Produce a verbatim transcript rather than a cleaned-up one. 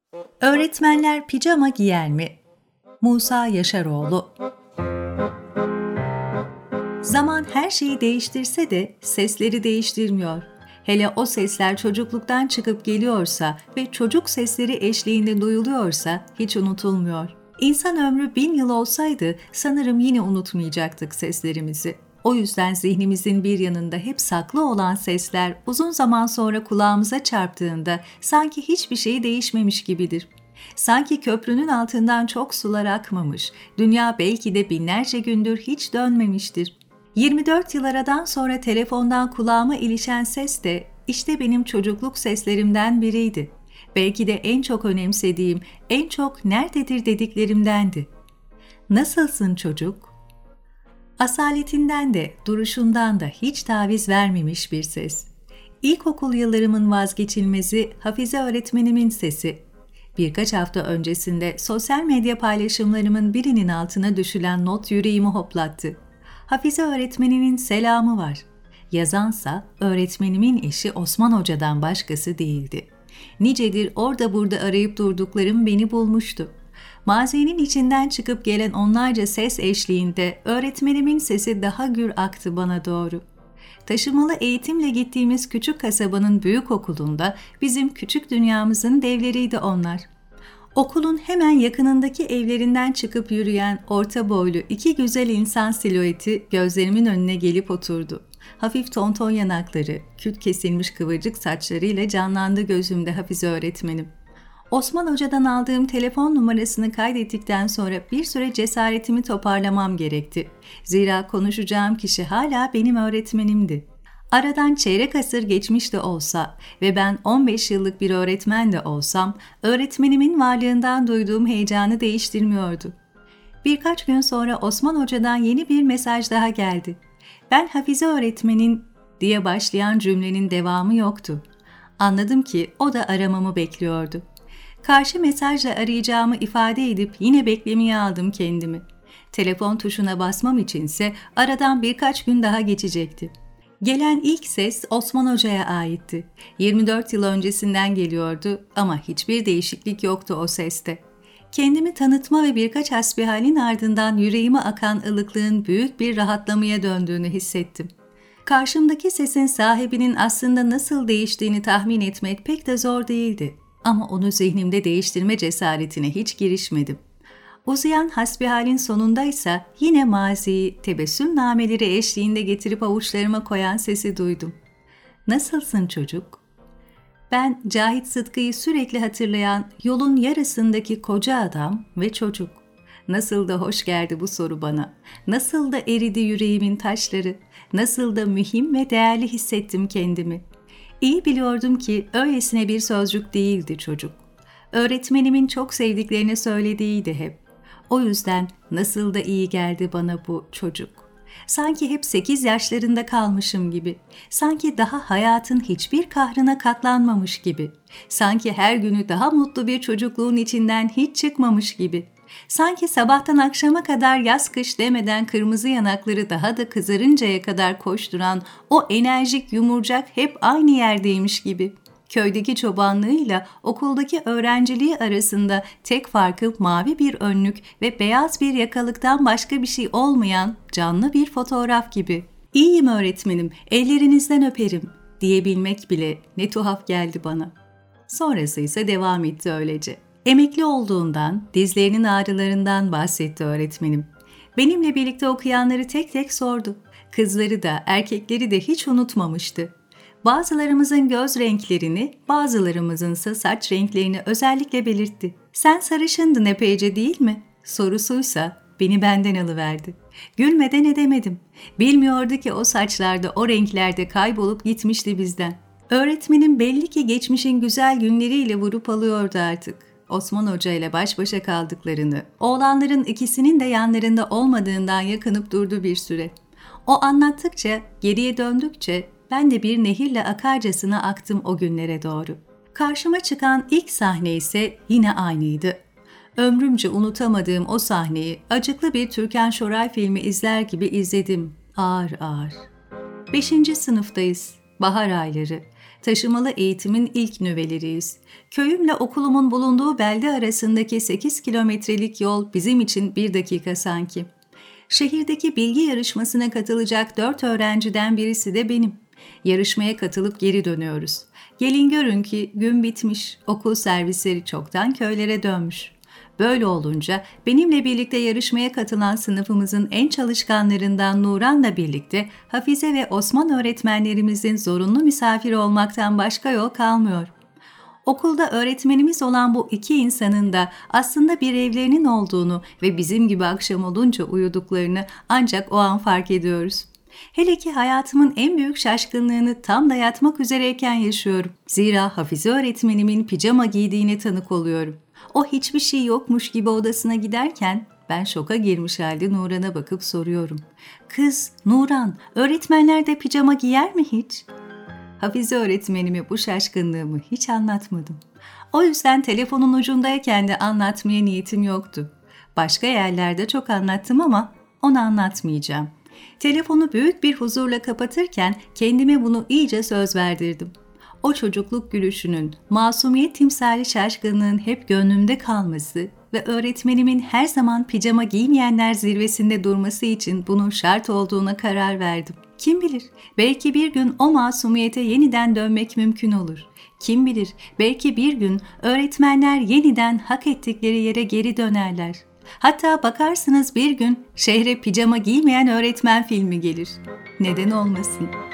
Öğretmenler pijama giyer mi? Musa Yaşaroğlu. Zaman her şeyi değiştirse de sesleri değiştirmiyor. Hele o sesler çocukluktan çıkıp geliyorsa ve çocuk sesleri eşliğinde duyuluyorsa hiç unutulmuyor. İnsan ömrü bin yıl olsaydı sanırım yine unutmayacaktık seslerimizi. O yüzden zihnimizin bir yanında hep saklı olan sesler uzun zaman sonra kulağımıza çarptığında sanki hiçbir şey değişmemiş gibidir. Sanki köprünün altından çok sular akmamış, dünya belki de binlerce gündür hiç dönmemiştir. yirmi dört yıl aradan sonra telefondan kulağıma ilişen ses de işte benim çocukluk seslerimden biriydi. Belki de en çok önemsediğim, en çok nerededir dediklerimdendi. Nasılsın çocuk? Asaletinden de, duruşundan da hiç taviz vermemiş bir ses. İlkokul yıllarımın vazgeçilmezi Hafize öğretmenimin sesi. Birkaç hafta öncesinde sosyal medya paylaşımlarımın birinin altına düşülen not yüreğimi hoplattı. Hafize öğretmeninin selamı var. Yazansa öğretmenimin eşi Osman Hoca'dan başkası değildi. Nicedir orada burada arayıp durduklarım beni bulmuştu. Mazinin içinden çıkıp gelen onlarca ses eşliğinde öğretmenimin sesi daha gür aktı bana doğru. Taşımalı eğitimle gittiğimiz küçük kasabanın büyük okulunda bizim küçük dünyamızın devleriydi onlar. Okulun hemen yakınındaki evlerinden çıkıp yürüyen orta boylu iki güzel insan silüeti gözlerimin önüne gelip oturdu. Hafif tonton yanakları, küt kesilmiş kıvırcık saçlarıyla canlandı gözümde Hafize öğretmenim. Osman Hoca'dan aldığım telefon numarasını kaydettikten sonra bir süre cesaretimi toparlamam gerekti. Zira konuşacağım kişi hala benim öğretmenimdi. Aradan çeyrek asır geçmiş de olsa ve ben on beş yıllık bir öğretmen de olsam, öğretmenimin varlığından duyduğum heyecanı değiştirmiyordu. Birkaç gün sonra Osman Hoca'dan yeni bir mesaj daha geldi. Ben Hafize öğretmenin diye başlayan cümlenin devamı yoktu. Anladım ki o da aramamı bekliyordu. Karşı mesajla arayacağımı ifade edip yine beklemeye aldım kendimi. Telefon tuşuna basmam içinse aradan birkaç gün daha geçecekti. Gelen ilk ses Osman Hoca'ya aitti. yirmi dört yıl öncesinden geliyordu ama hiçbir değişiklik yoktu o seste. Kendimi tanıtma ve birkaç hasbihalin ardından yüreğime akan ılıklığın büyük bir rahatlamaya döndüğünü hissettim. Karşımdaki sesin sahibinin aslında nasıl değiştiğini tahmin etmek pek de zor değildi. Ama onu zihnimde değiştirme cesaretine hiç girişmedim. Uzayan hasbihalin sonundaysa yine maziyi tebessüm nameleri eşliğinde getirip avuçlarıma koyan sesi duydum. Nasılsın çocuk? Ben Cahit Sıtkı'yı sürekli hatırlayan yolun yarısındaki koca adam ve çocuk. Nasıl da hoş geldi bu soru bana. Nasıl da eridi yüreğimin taşları. Nasıl da mühim ve değerli hissettim kendimi. İyi biliyordum ki öylesine bir sözcük değildi çocuk. Öğretmenimin çok sevdiklerini söylediğiydi hep. O yüzden nasıl da iyi geldi bana bu çocuk. Sanki hep sekiz yaşlarında kalmışım gibi. Sanki daha hayatın hiçbir kahrına katlanmamış gibi. Sanki her günü daha mutlu bir çocukluğun içinden hiç çıkmamış gibi. Sanki sabahtan akşama kadar yaz kış demeden kırmızı yanakları daha da kızarıncaya kadar koşturan o enerjik yumurcak hep aynı yerdeymiş gibi. Köydeki çobanlığıyla okuldaki öğrenciliği arasında tek farkı mavi bir önlük ve beyaz bir yakalıktan başka bir şey olmayan canlı bir fotoğraf gibi. "İyiyim öğretmenim, ellerinizden öperim" diyebilmek bile ne tuhaf geldi bana. Sonrası ise devam etti öylece. Emekli olduğundan, dizlerinin ağrılarından bahsetti öğretmenim. Benimle birlikte okuyanları tek tek sordu. Kızları da, erkekleri de hiç unutmamıştı. Bazılarımızın göz renklerini, bazılarımızınsa saç renklerini özellikle belirtti. "Sen sarışındın epeyce değil mi?" sorusuysa beni benden alıverdi. Gülmeden edemedim. Bilmiyordu ki o saçlarda, o renklerde kaybolup gitmişti bizden. Öğretmenim belli ki geçmişin güzel günleriyle vurup alıyordu artık. Osman Hoca ile baş başa kaldıklarını, oğlanların ikisinin de yanlarında olmadığından yakınıp durdu bir süre. O anlattıkça, geriye döndükçe ben de bir nehirle akarcasına aktım o günlere doğru. Karşıma çıkan ilk sahne ise yine aynıydı. Ömrümce unutamadığım o sahneyi acıklı bir Türkan Şoray filmi izler gibi izledim. Ağır ağır. Beşinci sınıftayız. Bahar ayları. Taşımalı eğitimin ilk nüveleriyiz. Köyümle okulumun bulunduğu belde arasındaki sekiz kilometrelik yol bizim için bir dakika sanki. Şehirdeki bilgi yarışmasına katılacak dört öğrenciden birisi de benim. Yarışmaya katılıp geri dönüyoruz. Gelin görün ki gün bitmiş, okul servisleri çoktan köylere dönmüş. Böyle olunca benimle birlikte yarışmaya katılan sınıfımızın en çalışkanlarından Nuran'la birlikte Hafize ve Osman öğretmenlerimizin zorunlu misafiri olmaktan başka yol kalmıyor. Okulda öğretmenimiz olan bu iki insanın da aslında bir evlerinin olduğunu ve bizim gibi akşam olunca uyuduklarını ancak o an fark ediyoruz. Hele ki hayatımın en büyük şaşkınlığını tam da yatmak üzereyken yaşıyorum. Zira Hafize öğretmenimin pijama giydiğine tanık oluyorum. O hiçbir şey yokmuş gibi odasına giderken ben şoka girmiş halde Nuran'a bakıp soruyorum. Kız, Nuran, öğretmenler de pijama giyer mi hiç? Hafize öğretmenime bu şaşkınlığımı hiç anlatmadım. O yüzden telefonun ucundayken de anlatmaya niyetim yoktu. Başka yerlerde çok anlattım ama onu anlatmayacağım. Telefonu büyük bir huzurla kapatırken kendime bunu iyice söz verdirdim. O çocukluk gülüşünün, masumiyet timsali şaşkınlığın hep gönlümde kalması ve öğretmenimin her zaman pijama giymeyenler zirvesinde durması için bunun şart olduğuna karar verdim. Kim bilir, belki bir gün o masumiyete yeniden dönmek mümkün olur. Kim bilir, belki bir gün öğretmenler yeniden hak ettikleri yere geri dönerler. Hatta bakarsınız bir gün şehre pijama giymeyen öğretmen filmi gelir. Neden olmasın?